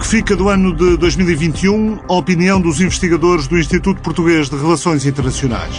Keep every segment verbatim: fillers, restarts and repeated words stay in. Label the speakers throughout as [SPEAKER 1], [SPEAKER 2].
[SPEAKER 1] que fica do ano de dois mil e vinte e um, a opinião dos investigadores do Instituto Português de Relações Internacionais.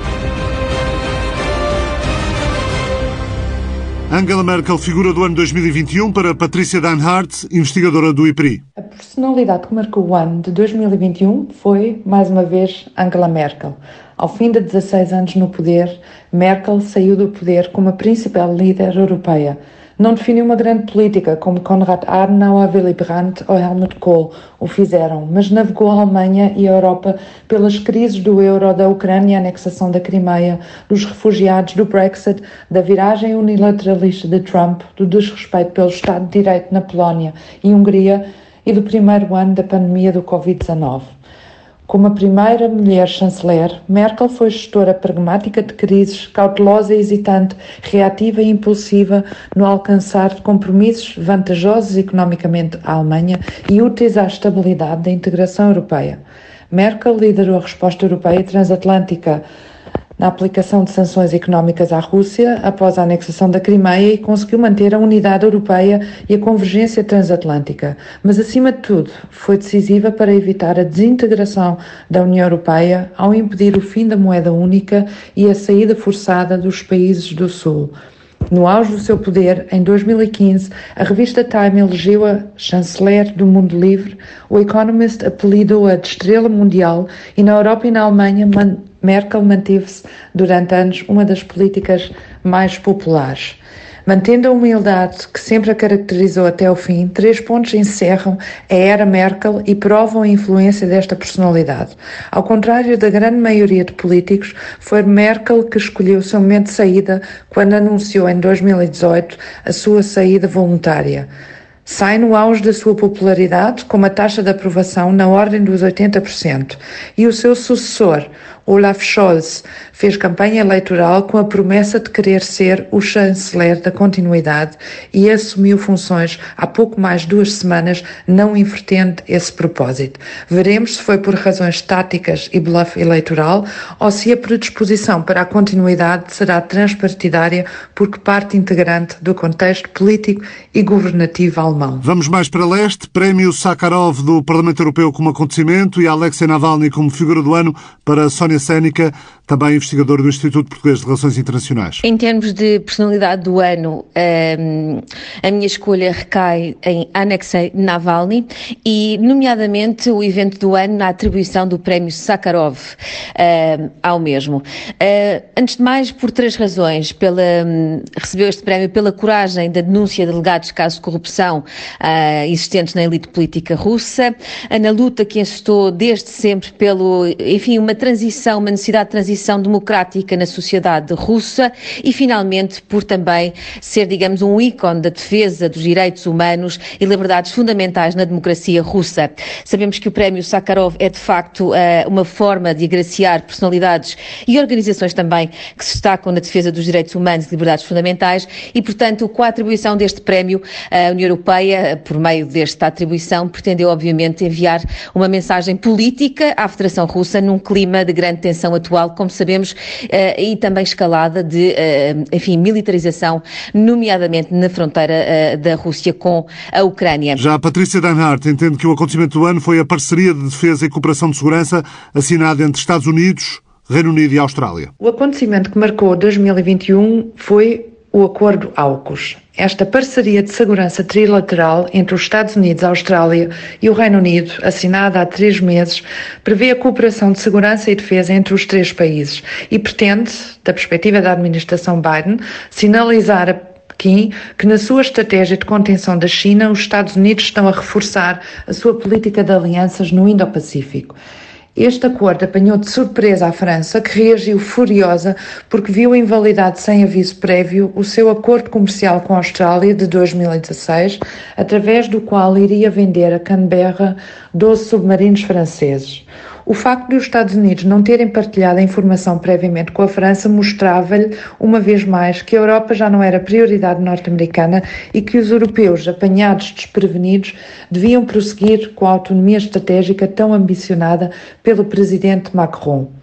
[SPEAKER 1] Angela Merkel, figura do ano dois mil e vinte e um para Patrícia Deinhardt, investigadora do I P R I.
[SPEAKER 2] A personalidade que marcou o ano de dois mil e vinte e um foi, mais uma vez, Angela Merkel. Ao fim de dezasseis anos no poder, Merkel saiu do poder como a principal líder europeia. Não definiu uma grande política, como Konrad Adenauer, Willy Brandt ou Helmut Kohl o fizeram, mas navegou a Alemanha e a Europa pelas crises do euro, da Ucrânia, a anexação da Crimeia, dos refugiados, do Brexit, da viragem unilateralista de Trump, do desrespeito pelo Estado de Direito na Polónia e Hungria e do primeiro ano da pandemia do covid dezanove. Como a primeira mulher chanceler, Merkel foi gestora pragmática de crises, cautelosa e hesitante, reativa e impulsiva no alcançar de compromissos vantajosos economicamente à Alemanha e úteis à estabilidade da integração europeia. Merkel liderou a resposta europeia e transatlântica na aplicação de sanções económicas à Rússia após a anexação da Crimeia e conseguiu manter a unidade europeia e a convergência transatlântica. Mas, acima de tudo, foi decisiva para evitar a desintegração da União Europeia ao impedir o fim da moeda única e a saída forçada dos países do Sul. No auge do seu poder, em dois mil e quinze, a revista Time elegeu-a chanceler do mundo livre, o Economist apelidou-a de estrela mundial e na Europa e na Alemanha Merkel manteve-se durante anos uma das políticas mais populares. Mantendo a humildade que sempre a caracterizou até o fim, três pontos encerram a era Merkel e provam a influência desta personalidade. Ao contrário da grande maioria de políticos, foi Merkel que escolheu o seu momento de saída quando anunciou em dois mil e dezoito a sua saída voluntária. Sai no auge da sua popularidade, com uma taxa de aprovação na ordem dos oitenta por cento, e o seu sucessor, Olaf Scholz, fez campanha eleitoral com a promessa de querer ser o chanceler da continuidade e assumiu funções há pouco mais de duas semanas, não invertendo esse propósito. Veremos se foi por razões táticas e bluff eleitoral ou se a predisposição para a continuidade será transpartidária porque parte integrante do contexto político e governativo alemão.
[SPEAKER 1] Vamos mais para leste. Prémio Sakharov do Parlamento Europeu como acontecimento e Alexei Navalny como figura do ano para Sónia Sénica, também investigador do Instituto Português de Relações Internacionais.
[SPEAKER 3] Em termos de personalidade do ano, um, a minha escolha recai em Alexei Navalny e, nomeadamente, o evento do ano na atribuição do Prémio Sakharov um, ao mesmo. Uh, antes de mais, por três razões. Pela, um, recebeu este prémio pela coragem da denúncia de alegados casos de corrupção uh, existentes na elite política russa, uh, na luta que instou desde sempre pelo, enfim, uma transição, uma necessidade de transição democrática na sociedade russa e, finalmente, por também ser, digamos, um ícone da defesa dos direitos humanos e liberdades fundamentais na democracia russa. Sabemos que o Prémio Sakharov é, de facto, uma forma de agraciar personalidades e organizações também que se destacam na defesa dos direitos humanos e liberdades fundamentais e, portanto, com a atribuição deste prémio, a União Europeia, por meio desta atribuição, pretendeu, obviamente, enviar uma mensagem política à Federação Russa num clima de grande tensão atual, como sabemos, e também escalada de, enfim, militarização, nomeadamente na fronteira da Rússia com a Ucrânia.
[SPEAKER 1] Já a Patrícia Deinhardt entende que o acontecimento do ano foi a parceria de defesa e cooperação de segurança assinada entre Estados Unidos, Reino Unido e Austrália.
[SPEAKER 2] O acontecimento que marcou dois mil e vinte e um foi o Acordo AUKUS. Esta parceria de segurança trilateral entre os Estados Unidos, a Austrália e o Reino Unido, assinada há três meses, prevê a cooperação de segurança e defesa entre os três países e pretende, da perspectiva da administração Biden, sinalizar a Pequim que na sua estratégia de contenção da China, os Estados Unidos estão a reforçar a sua política de alianças no Indo-Pacífico. Este acordo apanhou de surpresa a França, que reagiu furiosa porque viu invalidado sem aviso prévio o seu acordo comercial com a Austrália de dois mil e dezasseis, através do qual iria vender a Canberra doze submarinos franceses. O facto de os Estados Unidos não terem partilhado a informação previamente com a França mostrava-lhe, uma vez mais, que a Europa já não era prioridade norte-americana e que os europeus, apanhados desprevenidos, deviam prosseguir com a autonomia estratégica tão ambicionada pelo presidente Macron.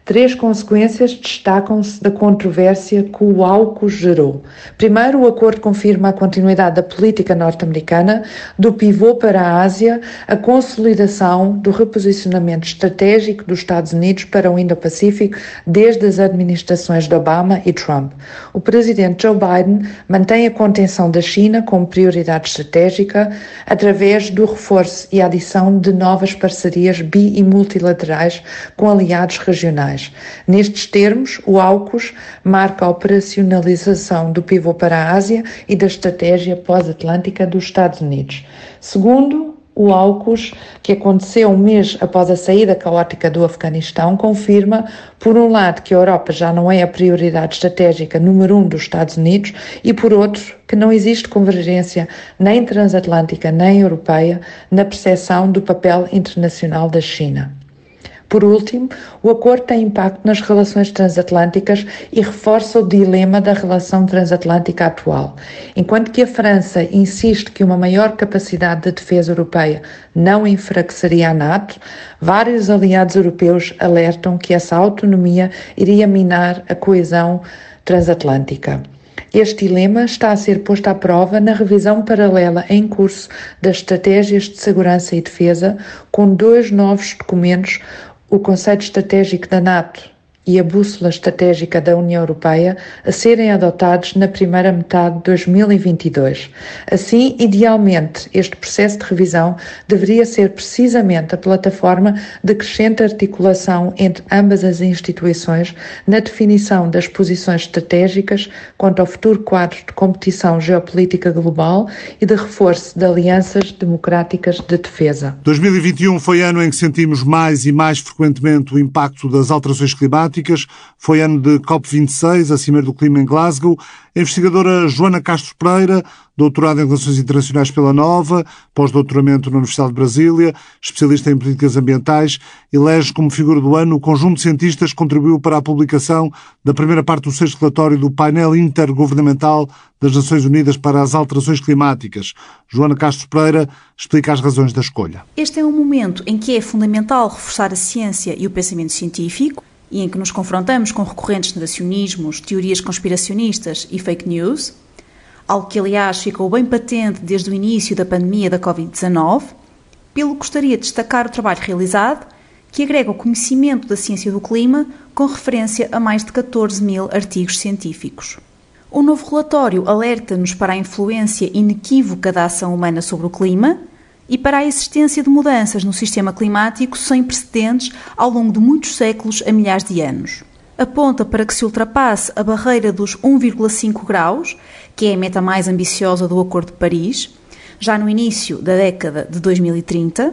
[SPEAKER 2] Três consequências destacam-se da controvérsia que o AUKUS gerou. Primeiro, o acordo confirma a continuidade da política norte-americana, do pivô para a Ásia, a consolidação do reposicionamento estratégico dos Estados Unidos para o Indo-Pacífico desde as administrações de Obama e Trump. O presidente Joe Biden mantém a contenção da China como prioridade estratégica através do reforço e adição de novas parcerias bi- e multilaterais com aliados regionais. Nestes termos, o AUKUS marca a operacionalização do pivô para a Ásia e da estratégia pós-atlântica dos Estados Unidos. Segundo, o AUKUS, que aconteceu um mês após a saída caótica do Afeganistão, confirma, por um lado, que a Europa já não é a prioridade estratégica número um dos Estados Unidos e, por outro, que não existe convergência nem transatlântica nem europeia na percepção do papel internacional da China. Por último, o acordo tem impacto nas relações transatlânticas e reforça o dilema da relação transatlântica atual. Enquanto que a França insiste que uma maior capacidade de defesa europeia não enfraqueceria a NATO, vários aliados europeus alertam que essa autonomia iria minar a coesão transatlântica. Este dilema está a ser posto à prova na revisão paralela em curso das estratégias de segurança e defesa, com dois novos documentos, o Conceito Estratégico da NATO e a Bússola Estratégica da União Europeia, a serem adotados na primeira metade de dois mil e vinte e dois. Assim, idealmente, este processo de revisão deveria ser precisamente a plataforma de crescente articulação entre ambas as instituições na definição das posições estratégicas quanto ao futuro quadro de competição geopolítica global e de reforço de alianças democráticas de defesa.
[SPEAKER 1] dois mil e vinte e um foi ano em que sentimos mais e mais frequentemente o impacto das alterações climáticas. Foi ano de COP vinte e seis, a Cimeira do Clima em Glasgow. A investigadora Joana Castro Pereira, doutorada em Relações Internacionais pela Nova, pós-doutoramento na Universidade de Brasília, especialista em políticas ambientais, elege como figura do ano o conjunto de cientistas que contribuiu para a publicação da primeira parte do sexto relatório do Painel Intergovernamental das Nações Unidas para as Alterações Climáticas. Joana Castro Pereira explica as razões da escolha.
[SPEAKER 4] Este é um momento em que é fundamental reforçar a ciência e o pensamento científico, e em que nos confrontamos com recorrentes negacionismos, teorias conspiracionistas e fake news, algo que, aliás, ficou bem patente desde o início da pandemia da covid dezanove, pelo que gostaria de destacar o trabalho realizado, que agrega o conhecimento da ciência do clima com referência a mais de catorze mil artigos científicos. O novo relatório alerta-nos para a influência inequívoca da ação humana sobre o clima e para a existência de mudanças no sistema climático sem precedentes ao longo de muitos séculos a milhares de anos. Aponta para que se ultrapasse a barreira dos um vírgula cinco graus, que é a meta mais ambiciosa do Acordo de Paris, já no início da década de dois mil e trinta,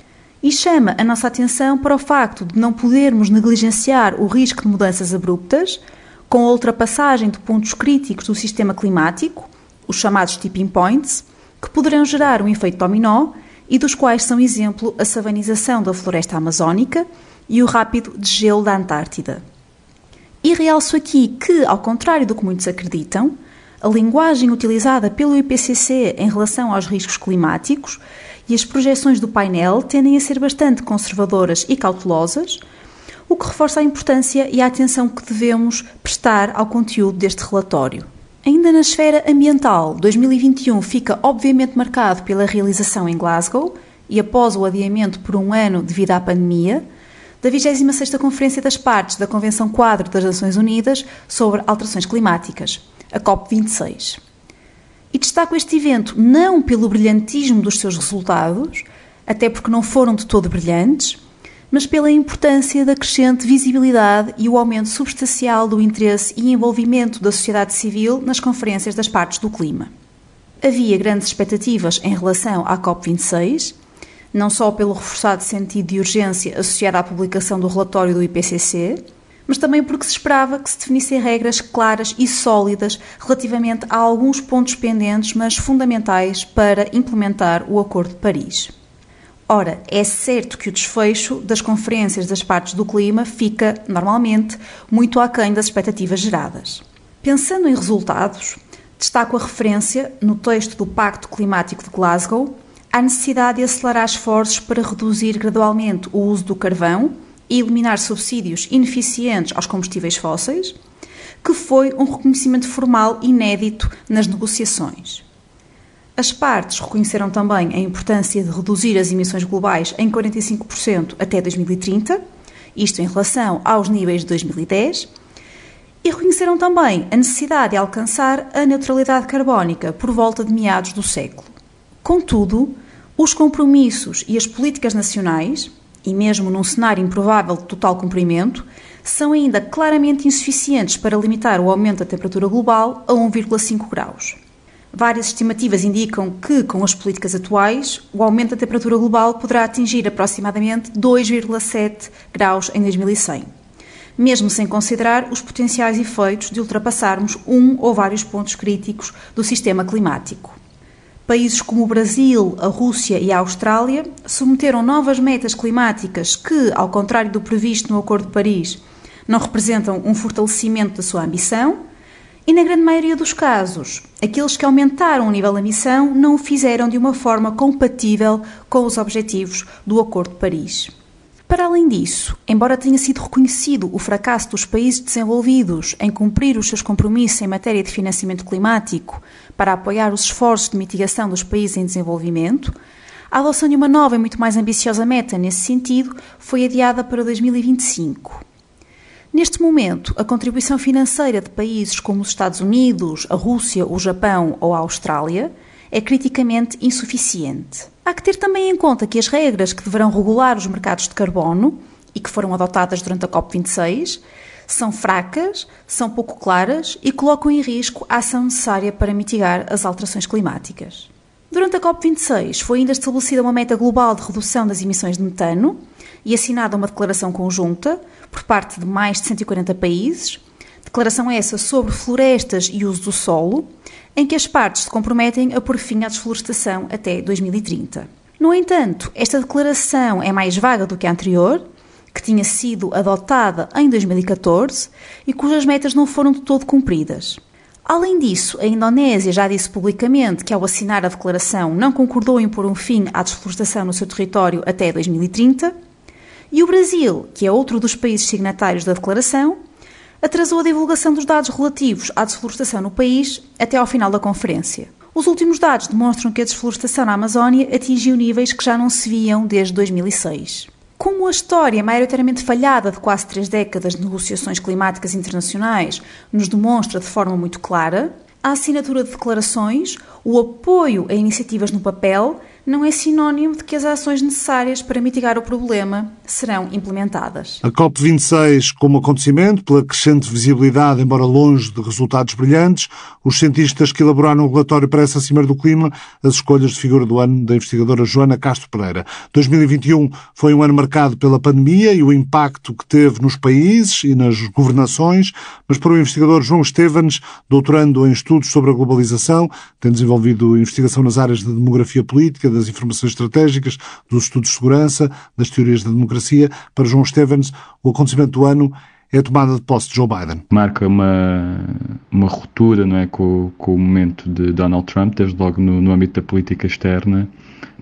[SPEAKER 4] e chama a nossa atenção para o facto de não podermos negligenciar o risco de mudanças abruptas, com a ultrapassagem de pontos críticos do sistema climático, os chamados tipping points, que poderão gerar um efeito dominó e dos quais são exemplo a savanização da floresta amazónica e o rápido desgelo da Antártida. E realço aqui que, ao contrário do que muitos acreditam, a linguagem utilizada pelo I P C C em relação aos riscos climáticos e as projeções do painel tendem a ser bastante conservadoras e cautelosas, o que reforça a importância e a atenção que devemos prestar ao conteúdo deste relatório. Ainda na esfera ambiental, dois mil e vinte e um fica obviamente marcado pela realização em Glasgow e após o adiamento por um ano devido à pandemia, da vigésima sexta Conferência das Partes da Convenção Quadro das Nações Unidas sobre Alterações Climáticas, a COP vinte e seis. E destaco este evento não pelo brilhantismo dos seus resultados, até porque não foram de todo brilhantes, mas pela importância da crescente visibilidade e o aumento substancial do interesse e envolvimento da sociedade civil nas conferências das partes do clima. Havia grandes expectativas em relação à COP vinte e seis, não só pelo reforçado sentido de urgência associado à publicação do relatório do I P C C, mas também porque se esperava que se definissem regras claras e sólidas relativamente a alguns pontos pendentes, mas fundamentais para implementar o Acordo de Paris. Ora, é certo que o desfecho das conferências das partes do clima fica, normalmente, muito aquém das expectativas geradas. Pensando em resultados, destaco a referência, no texto do Pacto Climático de Glasgow, à necessidade de acelerar esforços para reduzir gradualmente o uso do carvão e eliminar subsídios ineficientes aos combustíveis fósseis, que foi um reconhecimento formal inédito nas negociações. As partes reconheceram também a importância de reduzir as emissões globais em quarenta e cinco por cento até dois mil e trinta, isto em relação aos níveis de dois mil e dez, e reconheceram também a necessidade de alcançar a neutralidade carbónica por volta de meados do século. Contudo, os compromissos e as políticas nacionais, e mesmo num cenário improvável de total cumprimento, são ainda claramente insuficientes para limitar o aumento da temperatura global a um vírgula cinco graus. Várias estimativas indicam que, com as políticas atuais, o aumento da temperatura global poderá atingir aproximadamente dois vírgula sete graus em dois mil e cem, mesmo sem considerar os potenciais efeitos de ultrapassarmos um ou vários pontos críticos do sistema climático. Países como o Brasil, a Rússia e a Austrália submeteram novas metas climáticas que, ao contrário do previsto no Acordo de Paris, não representam um fortalecimento da sua ambição, e, na grande maioria dos casos, aqueles que aumentaram o nível da ambição não o fizeram de uma forma compatível com os objetivos do Acordo de Paris. Para além disso, embora tenha sido reconhecido o fracasso dos países desenvolvidos em cumprir os seus compromissos em matéria de financiamento climático para apoiar os esforços de mitigação dos países em desenvolvimento, a adoção de uma nova e muito mais ambiciosa meta nesse sentido foi adiada para dois mil e vinte e cinco. Neste momento, a contribuição financeira de países como os Estados Unidos, a Rússia, o Japão ou a Austrália é criticamente insuficiente. Há que ter também em conta que as regras que deverão regular os mercados de carbono e que foram adotadas durante a COP vinte e seis são fracas, são pouco claras e colocam em risco a ação necessária para mitigar as alterações climáticas. Durante a COP vinte e seis foi ainda estabelecida uma meta global de redução das emissões de metano e assinada uma declaração conjunta por parte de mais de cento e quarenta países, declaração essa sobre florestas e uso do solo, em que as partes se comprometem a pôr fim à desflorestação até dois mil e trinta. No entanto, esta declaração é mais vaga do que a anterior, que tinha sido adotada em dois mil e catorze e cujas metas não foram de todo cumpridas. Além disso, a Indonésia já disse publicamente que, ao assinar a declaração, não concordou em pôr um fim à desflorestação no seu território até dois mil e trinta, e o Brasil, que é outro dos países signatários da declaração, atrasou a divulgação dos dados relativos à desflorestação no país até ao final da conferência. Os últimos dados demonstram que a desflorestação na Amazónia atingiu níveis que já não se viam desde dois mil e seis. Como a história maioritariamente falhada de quase três décadas de negociações climáticas internacionais nos demonstra de forma muito clara, a assinatura de declarações, o apoio a iniciativas no papel, não é sinónimo de que as ações necessárias para mitigar o problema serão implementadas.
[SPEAKER 1] A COP vinte e seis, como acontecimento, pela crescente visibilidade, embora longe de resultados brilhantes, os cientistas que elaboraram o relatório para essa Cimeira do Clima, as escolhas de figura do ano da investigadora Joana Castro Pereira. dois mil e vinte e um foi um ano marcado pela pandemia e o impacto que teve nos países e nas governações, mas para o investigador João Estevans, doutorando em estudos sobre a globalização, tem desenvolvido investigação nas áreas de demografia política, das informações estratégicas, dos estudos de segurança, das teorias da democracia. Para João Estevans, o acontecimento do ano é a tomada de posse de Joe Biden.
[SPEAKER 5] Marca uma, uma ruptura, não é, com, com o momento de Donald Trump, desde logo no, no âmbito da política externa,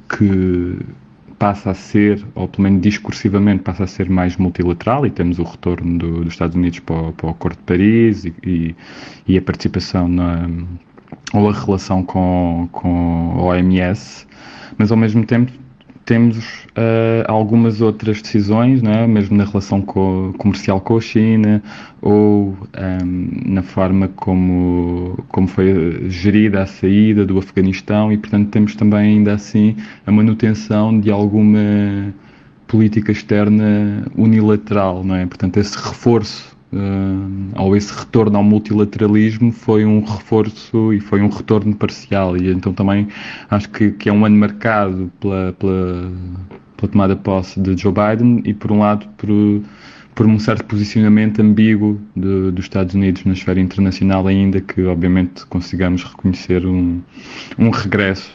[SPEAKER 5] que passa a ser, ou pelo menos discursivamente, passa a ser mais multilateral, e temos o retorno do, dos Estados Unidos para o, para o Acordo de Paris e, e, e a participação na, ou a relação com, com a O M S, mas ao mesmo tempo temos uh, algumas outras decisões, não é? Mesmo na relação co- comercial com a China, ou um, na forma como, como foi gerida a saída do Afeganistão, e portanto temos também ainda assim a manutenção de alguma política externa unilateral, não é? Portanto, esse reforço Uh, ou esse retorno ao multilateralismo foi um reforço e foi um retorno parcial, e então também acho que, que é um ano marcado pela, pela, pela tomada de posse de Joe Biden e, por um lado, por, por um certo posicionamento ambíguo de, dos Estados Unidos na esfera internacional, ainda que obviamente consigamos reconhecer um, um regresso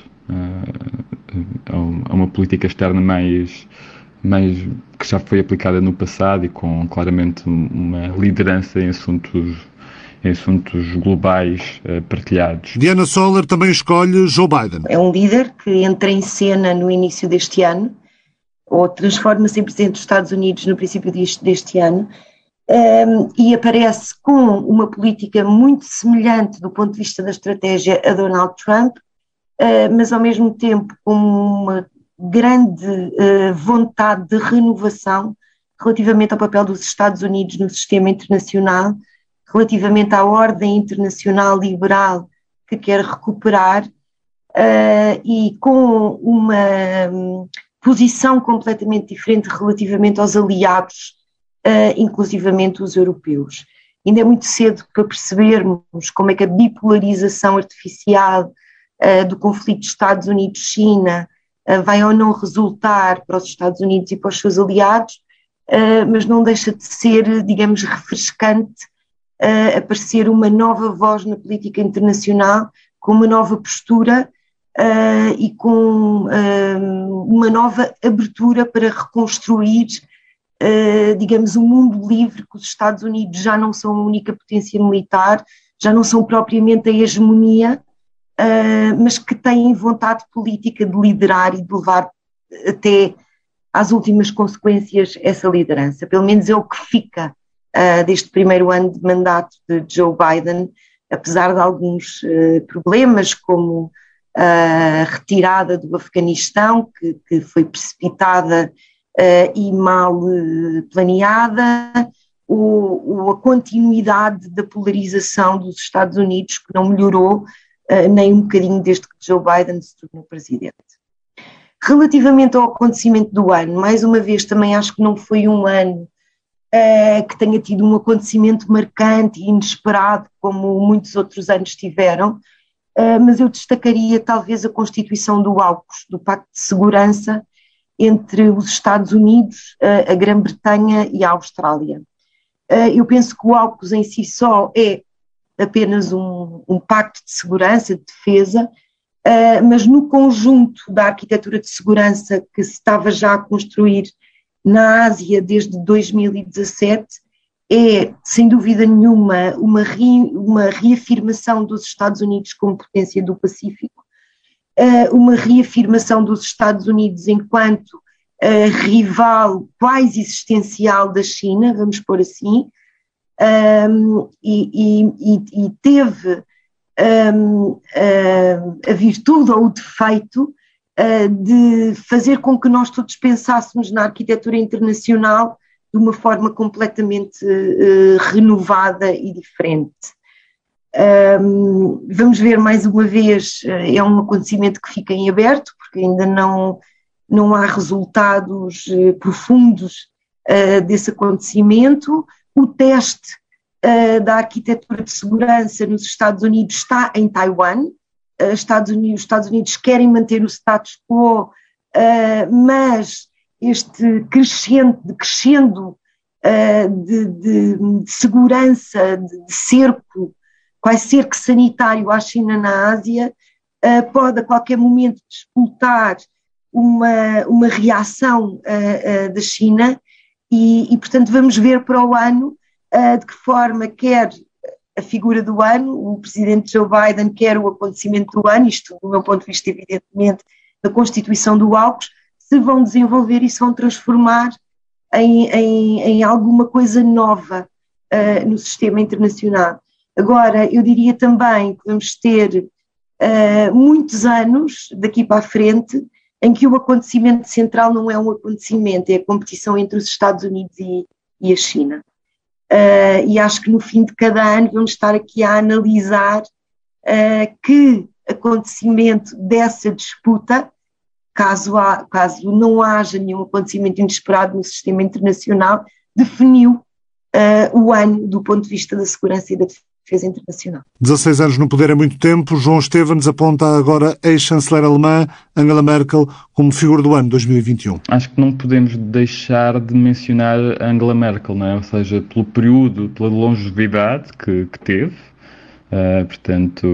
[SPEAKER 5] uh, a uma política externa mais mas que já foi aplicada no passado e com claramente uma liderança em assuntos, em assuntos globais uh, partilhados.
[SPEAKER 1] Diana Soller também escolhe Joe Biden.
[SPEAKER 6] É um líder que entra em cena no início deste ano, ou transforma-se em Presidente dos Estados Unidos no princípio deste, deste ano, um, e aparece com uma política muito semelhante do ponto de vista da estratégia a Donald Trump, uh, mas ao mesmo tempo com uma grande uh, vontade de renovação relativamente ao papel dos Estados Unidos no sistema internacional, relativamente à ordem internacional liberal que quer recuperar, uh, e com uma um, posição completamente diferente relativamente aos aliados, uh, inclusivamente os europeus. Ainda é muito cedo para percebermos como é que a bipolarização artificial uh, do conflito Estados Unidos-China uh, vai ou não resultar para os Estados Unidos e para os seus aliados, uh, mas não deixa de ser, digamos, refrescante uh, aparecer uma nova voz na política internacional, com uma nova postura uh, e com uh, uma nova abertura para reconstruir, uh, digamos, um mundo livre, que os Estados Unidos já não são a única potência militar, já não são propriamente a hegemonia, uh, mas que têm vontade política de liderar e de levar até às últimas consequências essa liderança. Pelo menos é o que fica uh, deste primeiro ano de mandato de Joe Biden, apesar de alguns uh, problemas, como a retirada do Afeganistão, que, que foi precipitada uh, e mal uh, planeada, o, o, a continuidade da polarização dos Estados Unidos, que não melhorou uh, nem um bocadinho desde que Joe Biden se tornou presidente. Relativamente ao acontecimento do ano, mais uma vez também acho que não foi um ano Uh, que tenha tido um acontecimento marcante e inesperado, como muitos outros anos tiveram, uh, mas eu destacaria talvez a constituição do AUKUS, do Pacto de Segurança entre os Estados Unidos, uh, a Grã-Bretanha e a Austrália. Uh, eu penso que o AUKUS em si só é apenas um, um pacto de segurança, de defesa, uh, mas no conjunto da arquitetura de segurança que se estava já a construir na Ásia desde dois mil e dezassete, é, sem dúvida nenhuma, uma, re, uma reafirmação dos Estados Unidos como potência do Pacífico, uh, uma reafirmação dos Estados Unidos enquanto uh, rival quase existencial da China, vamos pôr assim, um, e, e, e teve um, uh, a virtude ou o defeito de fazer com que nós todos pensássemos na arquitetura internacional de uma forma completamente uh, renovada e diferente. Um, vamos ver mais uma vez, é um acontecimento que fica em aberto, porque ainda não, não há resultados uh, profundos uh, desse acontecimento. O teste uh, da arquitetura de segurança nos Estados Unidos está em Taiwan. Estados Unidos, os Estados Unidos querem manter o status quo, uh, mas este crescendo, crescendo uh, de, de, de segurança, de, de cerco, quase cerco sanitário à China na Ásia, uh, pode a qualquer momento disputar uma, uma reação uh, uh, da China e, e, portanto, vamos ver para o ano uh, de que forma quer a figura do ano, o presidente Joe Biden quer o acontecimento do ano, isto do meu ponto de vista evidentemente da constituição do AUKUS, se vão desenvolver e se vão transformar em, em, em alguma coisa nova uh, no sistema internacional. Agora, eu diria também que vamos ter uh, muitos anos daqui para a frente em que o acontecimento central não é um acontecimento, é a competição entre os Estados Unidos e, e a China. Uh, e acho que no fim de cada ano vamos estar aqui a analisar uh, que acontecimento dessa disputa, caso, há, caso não haja nenhum acontecimento inesperado no sistema internacional, definiu uh, o ano do ponto de vista da segurança e da defesa internacional.
[SPEAKER 1] dezasseis anos no poder é muito tempo. João Estevens aponta agora a ex-chanceler alemã Angela Merkel como figura do ano dois mil e vinte e um.
[SPEAKER 5] Acho que não podemos deixar de mencionar Angela Merkel, não é? Ou seja, pelo período, pela longevidade que, que teve, uh, portanto,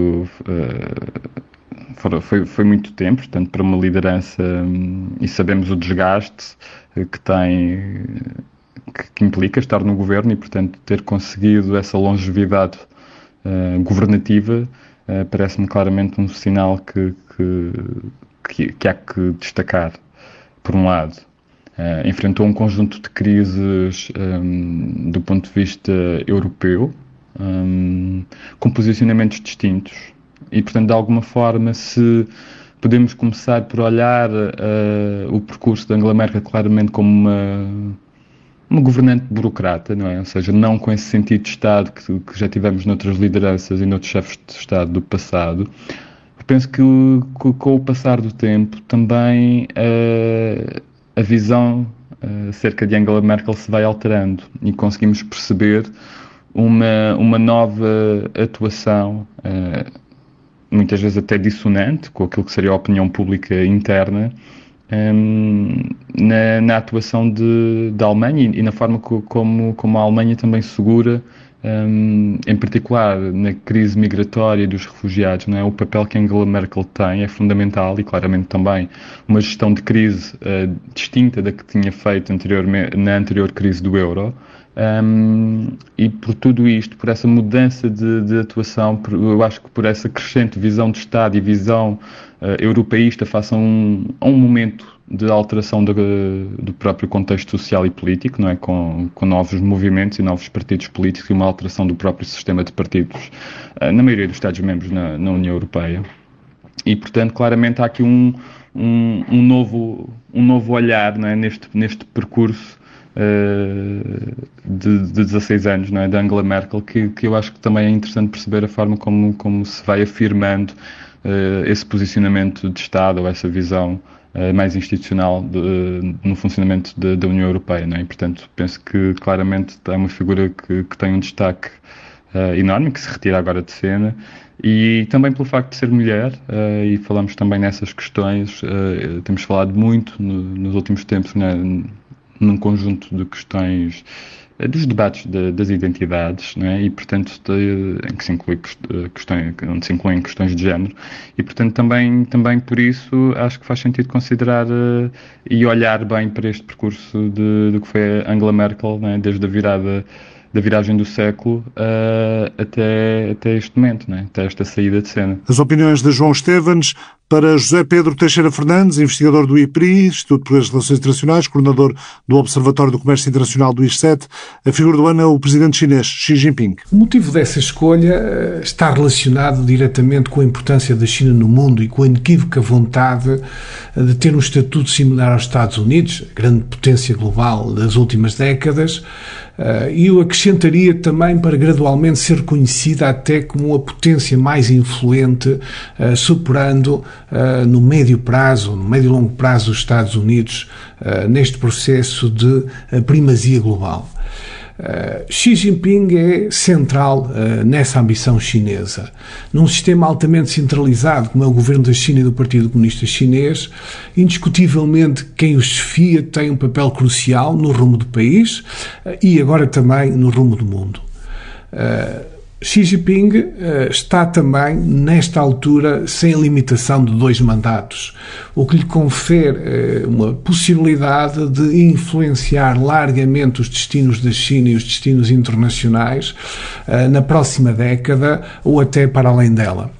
[SPEAKER 5] uh, foi, foi muito tempo, portanto, para uma liderança, um, e sabemos o desgaste que tem, que, que implica estar no governo e, portanto, ter conseguido essa longevidade Uh, governativa, uh, parece-me claramente um sinal que, que, que, que há que destacar, por um lado. uh, enfrentou um conjunto de crises um, do ponto de vista europeu, um, com posicionamentos distintos. E, portanto, de alguma forma, se podemos começar por olhar uh, o percurso de Angela Merkel claramente como uma, uma governante burocrata, não é? Ou seja, não com esse sentido de Estado que, que já tivemos noutras lideranças e noutros chefes de Estado do passado. Eu penso que, que com o passar do tempo também uh, a visão uh, acerca de Angela Merkel se vai alterando e conseguimos perceber uma, uma nova atuação, uh, muitas vezes até dissonante com aquilo que seria a opinião pública interna, um, na, na atuação de, da Alemanha e, e na forma co, como, como a Alemanha também segura, um, em particular na crise migratória dos refugiados, não é? O papel que Angela Merkel tem é fundamental e claramente também uma gestão de crise uh, distinta da que tinha feito anteriormente, na anterior crise do euro. Um, e por tudo isto, por essa mudança de, de atuação, por, eu acho que por essa crescente visão de Estado e visão uh, europeísta face a um, a um momento de alteração do, do próprio contexto social e político, não é? Com, com novos movimentos e novos partidos políticos e uma alteração do próprio sistema de partidos uh, na maioria dos Estados-membros na, na União Europeia. E, portanto, claramente há aqui um, um, um, novo, um novo olhar, não é? neste, neste percurso De, de dezasseis anos, não é? De Angela Merkel, que, que eu acho que também é interessante perceber a forma como, como se vai afirmando uh, esse posicionamento de Estado ou essa visão uh, mais institucional de, no funcionamento de, da União Europeia, não é? E, portanto, penso que claramente é uma figura que, que tem um destaque uh, enorme, que se retira agora de cena, e também pelo facto de ser mulher, uh, e falamos também nessas questões, uh, temos falado muito no, nos últimos tempos, né? Num conjunto de questões, dos debates de, das identidades, não é? E, portanto, de, em que se inclui questões, onde se incluem questões de género, e, portanto, também, também por isso acho que faz sentido considerar uh, e olhar bem para este percurso de, de que foi a Angela Merkel, não é? Desde a virada, da viragem do século uh, até, até este momento, não é? Até esta saída de cena.
[SPEAKER 1] As opiniões de João Estevens. Para José Pedro Teixeira Fernandes, investigador do I P R I, Instituto de Relações Internacionais, coordenador do Observatório do Comércio Internacional do I S sete, a figura do ano é o presidente chinês, Xi Jinping.
[SPEAKER 7] O motivo dessa escolha está relacionado diretamente com a importância da China no mundo e com a inequívoca vontade de ter um estatuto similar aos Estados Unidos, a grande potência global das últimas décadas, e eu acrescentaria também para gradualmente ser reconhecida até como a potência mais influente, superando Uh, no médio prazo, no médio e longo prazo, os Estados Unidos uh, neste processo de uh, primazia global. Uh, Xi Jinping é central uh, nessa ambição chinesa. Num sistema altamente centralizado, como é o governo da China e do Partido Comunista Chinês, indiscutivelmente quem os desafia tem um papel crucial no rumo do país uh, e agora também no rumo do mundo. Uh, Xi Jinping uh, está também, nesta altura, sem a limitação de dois mandatos, o que lhe confere uh, uma possibilidade de influenciar largamente os destinos da China e os destinos internacionais uh, na próxima década ou até para além dela.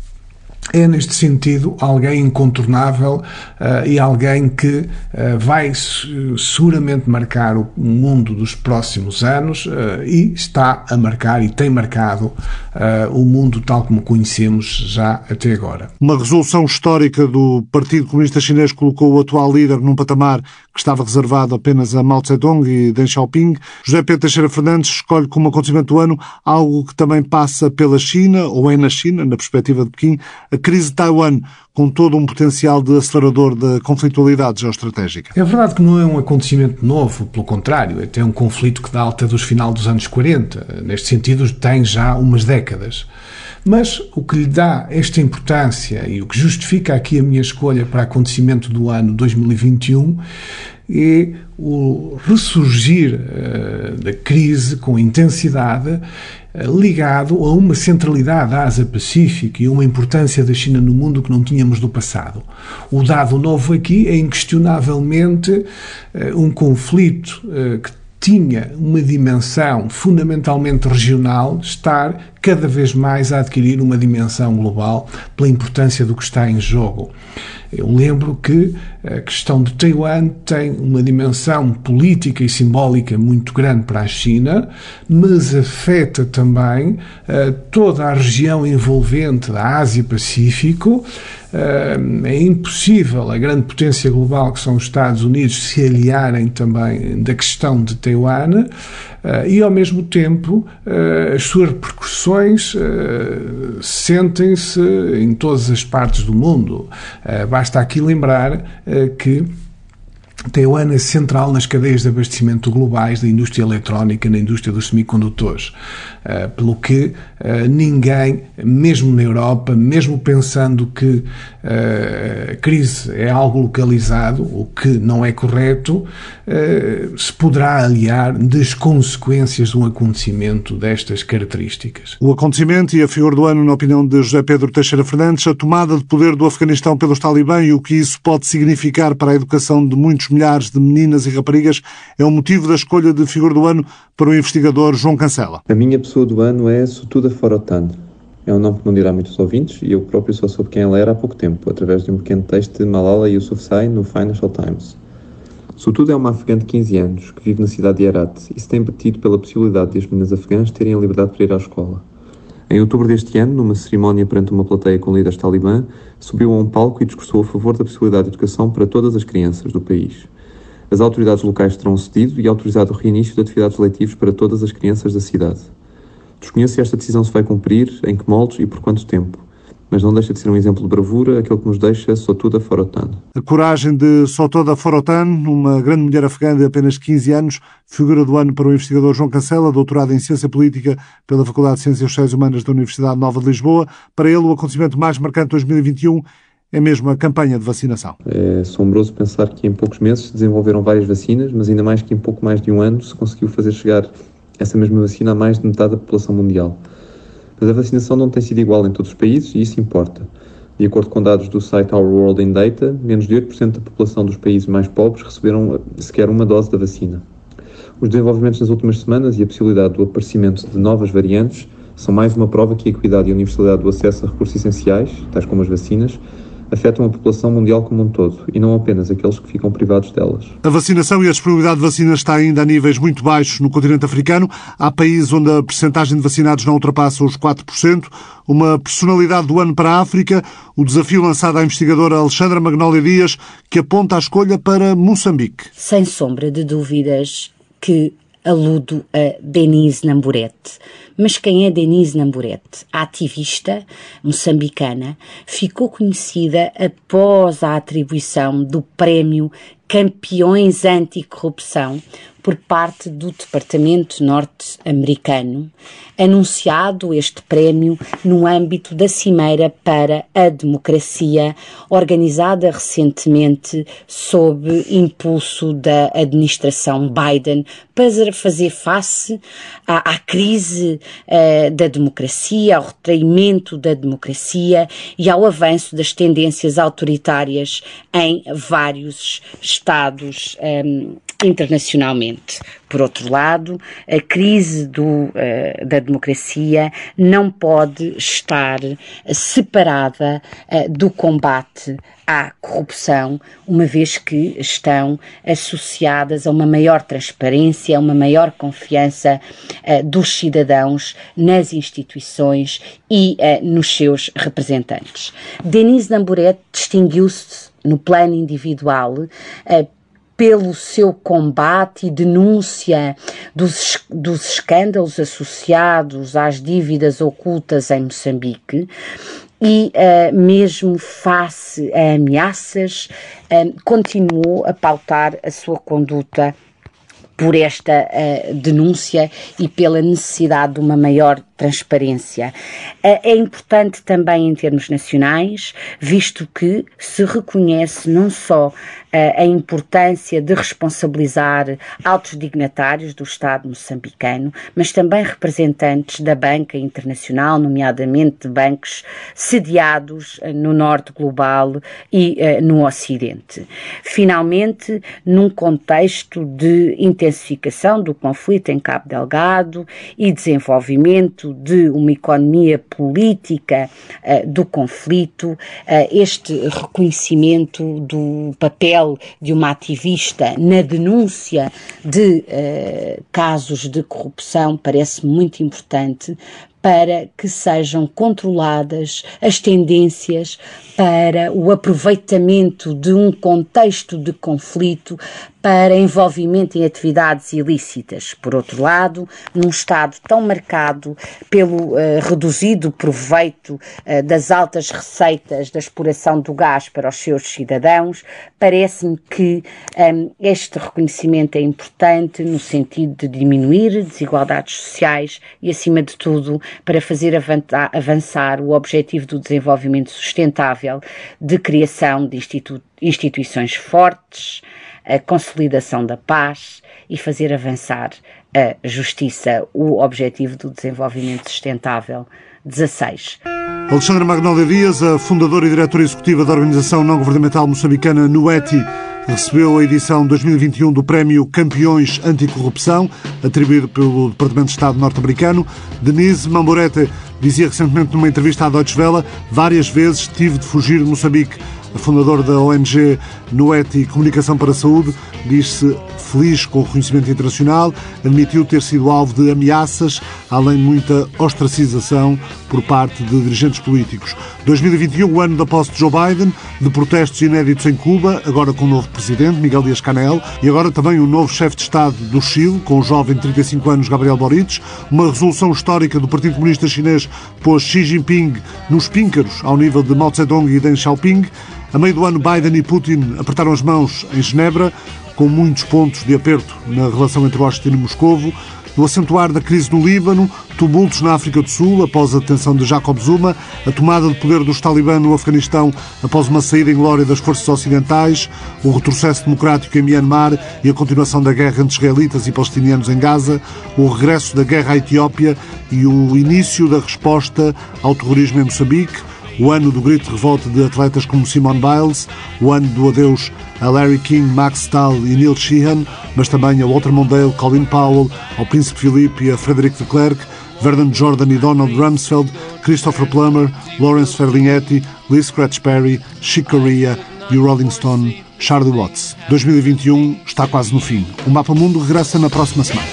[SPEAKER 7] É, neste sentido, alguém incontornável uh, e alguém que uh, vai seguramente marcar o mundo dos próximos anos uh, e está a marcar e tem marcado uh, o mundo tal como conhecemos já até agora.
[SPEAKER 1] Uma resolução histórica do Partido Comunista Chinês colocou o atual líder num patamar que estava reservado apenas a Mao Tse-tung e Deng Xiaoping. José Pedro Teixeira Fernandes escolhe como acontecimento do ano algo que também passa pela China, ou é na China, na perspectiva de Pequim, a crise de Taiwan, com todo um potencial de acelerador da conflitualidade geoestratégica.
[SPEAKER 7] É verdade que não é um acontecimento novo, pelo contrário, é até um conflito que data dos final dos anos quarenta. Neste sentido, tem já umas décadas. Mas o que lhe dá esta importância e o que justifica aqui a minha escolha para acontecimento do ano dois mil e vinte e um é o ressurgir uh, da crise com intensidade uh, ligado a uma centralidade da Ásia-Pacífico e uma importância da China no mundo que não tínhamos do passado. O dado novo aqui é inquestionavelmente uh, um conflito uh, que tinha uma dimensão fundamentalmente regional, estar cada vez mais a adquirir uma dimensão global pela importância do que está em jogo. Eu lembro que a questão de Taiwan tem uma dimensão política e simbólica muito grande para a China, mas afeta também uh, toda a região envolvente da Ásia-Pacífico. Uh, é impossível a grande potência global que são os Estados Unidos se aliarem também da questão de Taiwan uh, e, ao mesmo tempo, uh, as suas repercussões uh, sentem-se em todas as partes do mundo. Uh, basta aqui lembrar uh, que Taiwan é central nas cadeias de abastecimento globais da indústria eletrónica, na indústria dos semicondutores, uh, pelo que uh, ninguém, mesmo na Europa, mesmo pensando que uh, a crise é algo localizado, o que não é correto, uh, se poderá aliar das consequências de um acontecimento destas características.
[SPEAKER 1] O acontecimento e a figura do ano, na opinião de José Pedro Teixeira Fernandes, a tomada de poder do Afeganistão pelos talibã e o que isso pode significar para a educação de muitos milhares de meninas e raparigas é o motivo da escolha de figura do ano para o investigador João Cancela.
[SPEAKER 8] A minha pessoa do ano é Sotuda Forotan. É um nome que não dirá muitos ouvintes e eu próprio só soube quem ela era há pouco tempo, através de um pequeno texto de Malala Yousafzai no Financial Times. Sotuda é uma afegã de quinze anos que vive na cidade de Herat e se tem batido pela possibilidade de as meninas afegãs terem a liberdade para ir à escola. Em outubro deste ano, numa cerimónia perante uma plateia com líderes talibã, subiu a um palco e discursou a favor da possibilidade de educação para todas as crianças do país. As autoridades locais terão cedido e autorizado o reinício de atividades letivas para todas as crianças da cidade. Desconheço se esta decisão se vai cumprir, em que moldes e por quanto tempo, mas não deixa de ser um exemplo de bravura, aquele que nos deixa Sotuda Forotan.
[SPEAKER 1] A coragem de Sotuda Forotan, uma grande mulher afegã de apenas quinze anos, figura do ano para o investigador João Cancela, doutorado em Ciência Política pela Faculdade de Ciências Sociais e Humanas da Universidade Nova de Lisboa. Para ele, o acontecimento mais marcante de dois mil e vinte e um é mesmo a campanha de vacinação.
[SPEAKER 8] É assombroso pensar que em poucos meses se desenvolveram várias vacinas, mas ainda mais que em pouco mais de um ano se conseguiu fazer chegar essa mesma vacina a mais de metade da população mundial. Mas a vacinação não tem sido igual em todos os países e isso importa. De acordo com dados do site Our World in Data, menos de oito por cento da população dos países mais pobres receberam sequer uma dose da vacina. Os desenvolvimentos nas últimas semanas e a possibilidade do aparecimento de novas variantes são mais uma prova que a equidade e a universalidade do acesso a recursos essenciais, tais como as vacinas, afetam a população mundial como um todo, e não apenas aqueles que ficam privados delas.
[SPEAKER 1] A vacinação e a disponibilidade de vacinas está ainda a níveis muito baixos no continente africano. Há países onde a percentagem de vacinados não ultrapassa os quatro por cento. Uma personalidade do ano para a África, o desafio lançado à investigadora Alexandra Magnólia Dias, que aponta a escolha para Moçambique.
[SPEAKER 9] Sem sombra de dúvidas que aludo a Denise Namburete. Mas quem é Denise Namburete? A ativista moçambicana ficou conhecida após a atribuição do prémio Campeões Anticorrupção por parte do Departamento Norte-Americano, anunciado este prémio no âmbito da Cimeira para a Democracia, organizada recentemente sob impulso da administração Biden, para fazer face à, à crise uh, da democracia, ao retraimento da democracia e ao avanço das tendências autoritárias em vários Estados um, internacionalmente. Por outro lado, a crise do, uh, da democracia não pode estar separada uh, do combate à corrupção, uma vez que estão associadas a uma maior transparência, a uma maior confiança uh, dos cidadãos nas instituições e uh, nos seus representantes. Denise Namburete distinguiu-se no plano individual uh, pelo seu combate e denúncia dos, dos escândalos associados às dívidas ocultas em Moçambique e, uh, mesmo face a ameaças, uh, continuou a pautar a sua conduta por esta uh, denúncia e pela necessidade de uma maior transparência. Uh, é importante também em termos nacionais, visto que se reconhece não só uh, a importância de responsabilizar altos dignatários do Estado moçambicano, mas também representantes da banca internacional, nomeadamente de bancos sediados uh, no norte global e uh, no ocidente. Finalmente, num contexto de intensificação do conflito em Cabo Delgado e desenvolvimento dentro de uma economia política uh, do conflito, uh, este reconhecimento do papel de uma ativista na denúncia de uh, casos de corrupção parece muito importante para que sejam controladas as tendências para o aproveitamento de um contexto de conflito para envolvimento em atividades ilícitas. Por outro lado, num Estado tão marcado pelo uh, reduzido proveito uh, das altas receitas da exploração do gás para os seus cidadãos, parece-me que um, este reconhecimento é importante no sentido de diminuir desigualdades sociais e, acima de tudo, para fazer avançar o objetivo do desenvolvimento sustentável, de criação de institu- instituições fortes, a consolidação da paz e fazer avançar a justiça, o objetivo do desenvolvimento sustentável. dezasseis.
[SPEAKER 1] Alexandra Magnólia Dias, a fundadora e diretora executiva da organização não-governamental moçambicana NUETI, recebeu a edição dois mil e vinte e um do Prémio Campeões Anticorrupção, atribuído pelo Departamento de Estado norte-americano. Denise Mamborete dizia recentemente numa entrevista à Deutsche Welle: várias vezes tive de fugir de Moçambique. A fundadora da O N G NUETI Comunicação para a Saúde diz-se feliz com o reconhecimento internacional, admitiu ter sido alvo de ameaças, além de muita ostracização por parte de dirigentes políticos. dois mil e vinte e um, o ano da posse de Joe Biden, de protestos inéditos em Cuba, agora com o novo presidente, Miguel Díaz-Canel, e agora também o novo chefe de Estado do Chile, com o jovem de trinta e cinco anos, Gabriel Boric. Uma resolução histórica do Partido Comunista Chinês pôs Xi Jinping nos píncaros, ao nível de Mao Tse-tung e Deng Xiaoping. A meio do ano, Biden e Putin apertaram as mãos em Genebra, com muitos pontos de aperto na relação entre Washington e Moscovo. No acentuar da crise no Líbano, tumultos na África do Sul após a detenção de Jacob Zuma, a tomada de poder dos talibã no Afeganistão após uma saída em glória das forças ocidentais, o retrocesso democrático em Myanmar e a continuação da guerra entre israelitas e palestinianos em Gaza, o regresso da guerra à Etiópia e o início da resposta ao terrorismo em Moçambique, o ano do grito de revolta de atletas como Simone Biles, o ano do adeus a Larry King, Max Stahl e Neil Sheehan, mas também a Walter Mondale, Colin Powell, ao Príncipe Filipe e a Frederic de Klerk, Vernon Jordan e Donald Rumsfeld, Christopher Plummer, Lawrence Ferlinghetti, Lee Scratch Perry, Chick Corea e o Rolling Stone Charlie Watts. dois mil e vinte e um está quase no fim. O Mapa Mundo regressa na próxima semana.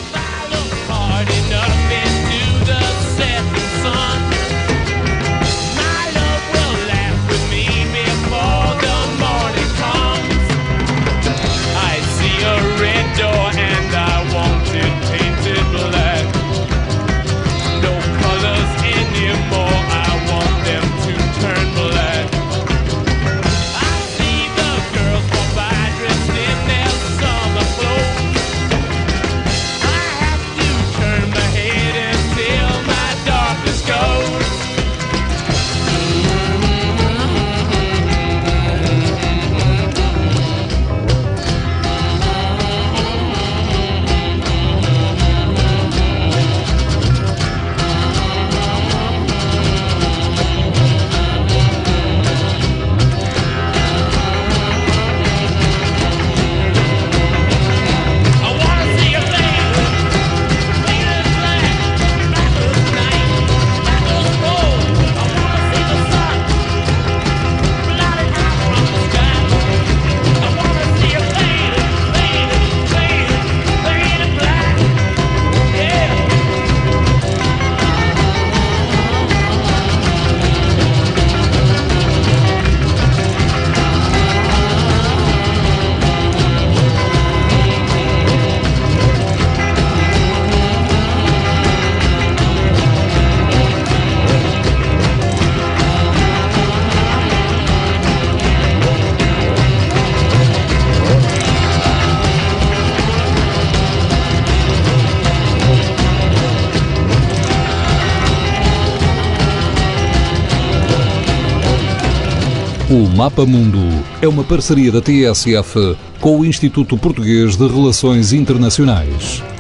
[SPEAKER 10] O Mapa Mundo é uma parceria da T S F com o Instituto Português de Relações Internacionais.